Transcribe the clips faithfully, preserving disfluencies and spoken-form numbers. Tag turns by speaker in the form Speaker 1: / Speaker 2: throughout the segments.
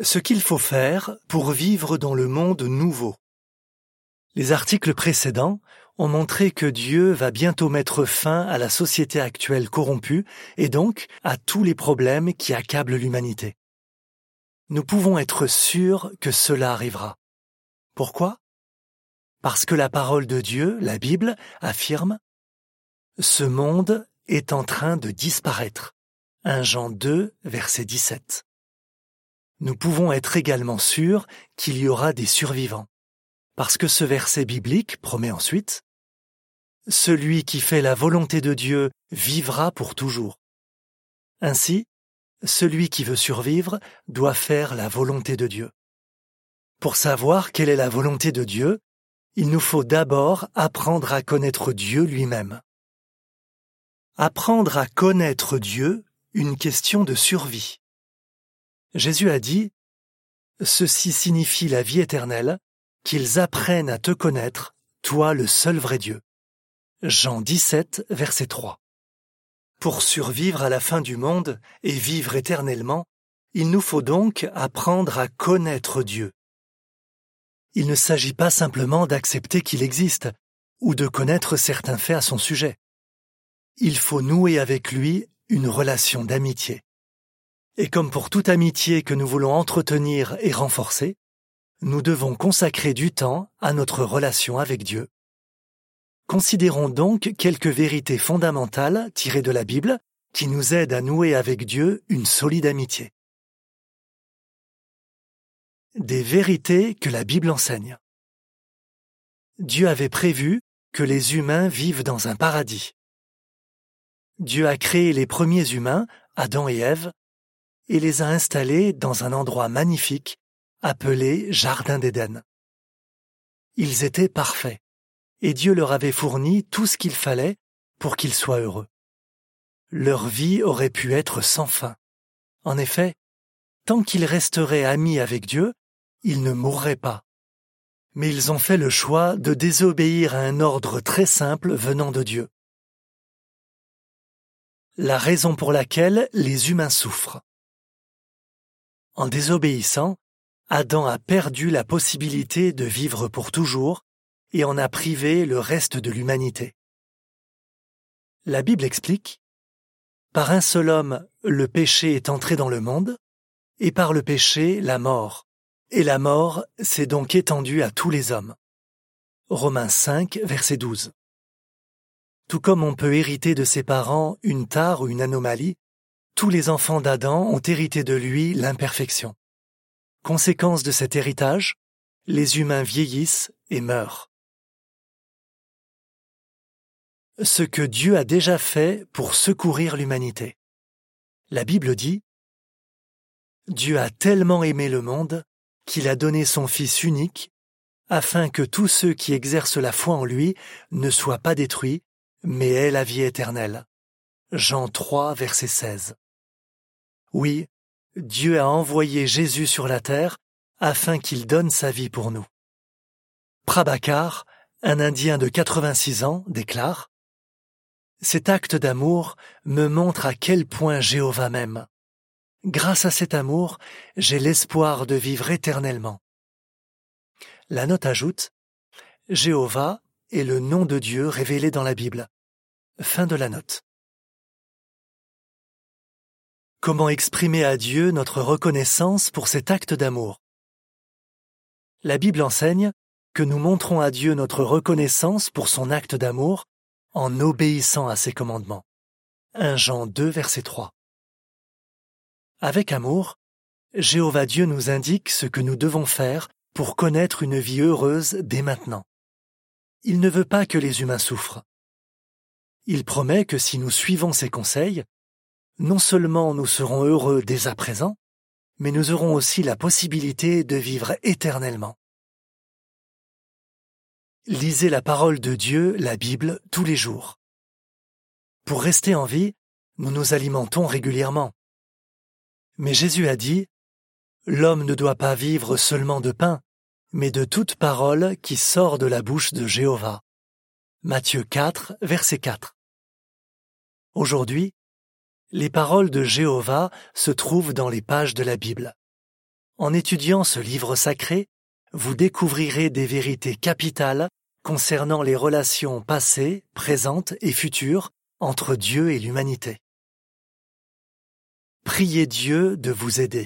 Speaker 1: Ce qu'il faut faire pour vivre dans le monde nouveau. Les articles précédents ont montré que Dieu va bientôt mettre fin à la société actuelle corrompue et donc à tous les problèmes qui accablent l'humanité. Nous pouvons être sûrs que cela arrivera. Pourquoi ? Parce que la parole de Dieu, la Bible, affirme « Ce monde est en train de disparaître » premier Jean deux, verset dix-sept. Nous pouvons être également sûrs qu'il y aura des survivants, parce que ce verset biblique promet ensuite « Celui qui fait la volonté de Dieu vivra pour toujours ». Ainsi, celui qui veut survivre doit faire la volonté de Dieu. Pour savoir quelle est la volonté de Dieu, il nous faut d'abord apprendre à connaître Dieu lui-même. Apprendre à connaître Dieu, une question de survie. Jésus a dit « Ceci signifie la vie éternelle, qu'ils apprennent à te connaître, toi le seul vrai Dieu. » Jean dix-sept, verset trois. Pour survivre à la fin du monde et vivre éternellement, il nous faut donc apprendre à connaître Dieu. Il ne s'agit pas simplement d'accepter qu'il existe ou de connaître certains faits à son sujet. Il faut nouer avec lui une relation d'amitié. Et comme pour toute amitié que nous voulons entretenir et renforcer, nous devons consacrer du temps à notre relation avec Dieu. Considérons donc quelques vérités fondamentales tirées de la Bible qui nous aident à nouer avec Dieu une solide amitié. Des vérités que la Bible enseigne. Dieu avait prévu que les humains vivent dans un paradis. Dieu a créé les premiers humains, Adam et Ève, et les a installés dans un endroit magnifique appelé Jardin d'Éden. Ils étaient parfaits, et Dieu leur avait fourni tout ce qu'il fallait pour qu'ils soient heureux. Leur vie aurait pu être sans fin. En effet, tant qu'ils resteraient amis avec Dieu, ils ne mourraient pas. Mais ils ont fait le choix de désobéir à un ordre très simple venant de Dieu. La raison pour laquelle les humains souffrent. En désobéissant, Adam a perdu la possibilité de vivre pour toujours et en a privé le reste de l'humanité. La Bible explique « Par un seul homme, le péché est entré dans le monde, et par le péché, la mort. Et la mort s'est donc étendue à tous les hommes. » Romains cinq, verset douze. Tout comme on peut hériter de ses parents une tare ou une anomalie, tous les enfants d'Adam ont hérité de lui l'imperfection. Conséquence de cet héritage, les humains vieillissent et meurent. Ce que Dieu a déjà fait pour secourir l'humanité. La Bible dit « Dieu a tellement aimé le monde qu'il a donné son Fils unique, afin que tous ceux qui exercent la foi en lui ne soient pas détruits, mais aient la vie éternelle. » Jean trois, verset seize. Oui, Dieu a envoyé Jésus sur la terre afin qu'il donne sa vie pour nous. Prabhakar, un Indien de quatre-vingt-six ans, déclare « Cet acte d'amour me montre à quel point Jéhovah m'aime. Grâce à cet amour, j'ai l'espoir de vivre éternellement. » La note ajoute « Jéhovah est le nom de Dieu révélé dans la Bible. » Fin de la note. Comment exprimer à Dieu notre reconnaissance pour cet acte d'amour? La Bible enseigne que nous montrons à Dieu notre reconnaissance pour son acte d'amour en obéissant à ses commandements. premier Jean deux, verset trois. Avec amour, Jéhovah Dieu nous indique ce que nous devons faire pour connaître une vie heureuse dès maintenant. Il ne veut pas que les humains souffrent. Il promet que si nous suivons ses conseils, non seulement nous serons heureux dès à présent, mais nous aurons aussi la possibilité de vivre éternellement. Lisez la parole de Dieu, la Bible, tous les jours. Pour rester en vie, nous nous alimentons régulièrement. Mais Jésus a dit « L'homme ne doit pas vivre seulement de pain, mais de toute parole qui sort de la bouche de Jéhovah. » Matthieu quatre, verset quatre. Aujourd'hui, les paroles de Jéhovah se trouvent dans les pages de la Bible. En étudiant ce livre sacré, vous découvrirez des vérités capitales concernant les relations passées, présentes et futures entre Dieu et l'humanité. Priez Dieu de vous aider.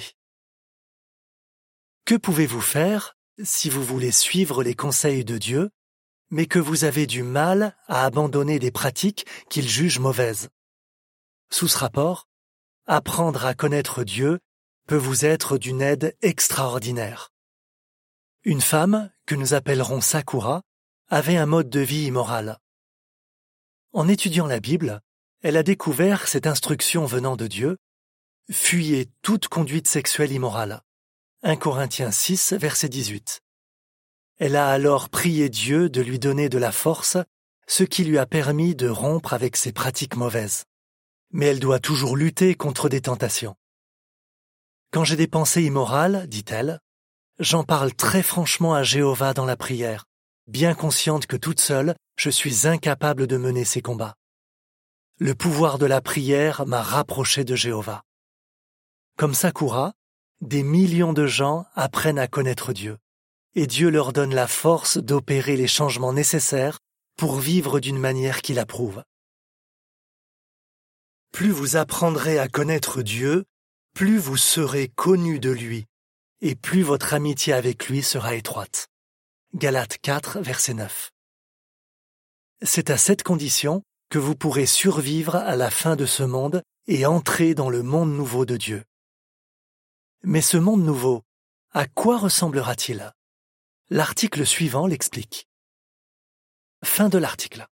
Speaker 1: Que pouvez-vous faire si vous voulez suivre les conseils de Dieu, mais que vous avez du mal à abandonner des pratiques qu'il juge mauvaises? Sous ce rapport, apprendre à connaître Dieu peut vous être d'une aide extraordinaire. Une femme, que nous appellerons Sakura, avait un mode de vie immoral. En étudiant la Bible, elle a découvert cette instruction venant de Dieu: « Fuyez toute conduite sexuelle immorale » un Corinthiens six, verset dix-huit. Elle a alors prié Dieu de lui donner de la force, ce qui lui a permis de rompre avec ses pratiques mauvaises. Mais elle doit toujours lutter contre des tentations. Quand j'ai des pensées immorales, dit-elle, j'en parle très franchement à Jéhovah dans la prière, bien consciente que toute seule, je suis incapable de mener ces combats. Le pouvoir de la prière m'a rapproché de Jéhovah. Comme Sakura, des millions de gens apprennent à connaître Dieu, et Dieu leur donne la force d'opérer les changements nécessaires pour vivre d'une manière qu'il approuve. Plus vous apprendrez à connaître Dieu, plus vous serez connus de lui, et plus votre amitié avec lui sera étroite. Galates quatre, verset neuf. C'est à cette condition que vous pourrez survivre à la fin de ce monde et entrer dans le monde nouveau de Dieu. Mais ce monde nouveau, à quoi ressemblera-t-il? L'article suivant l'explique. Fin de l'article.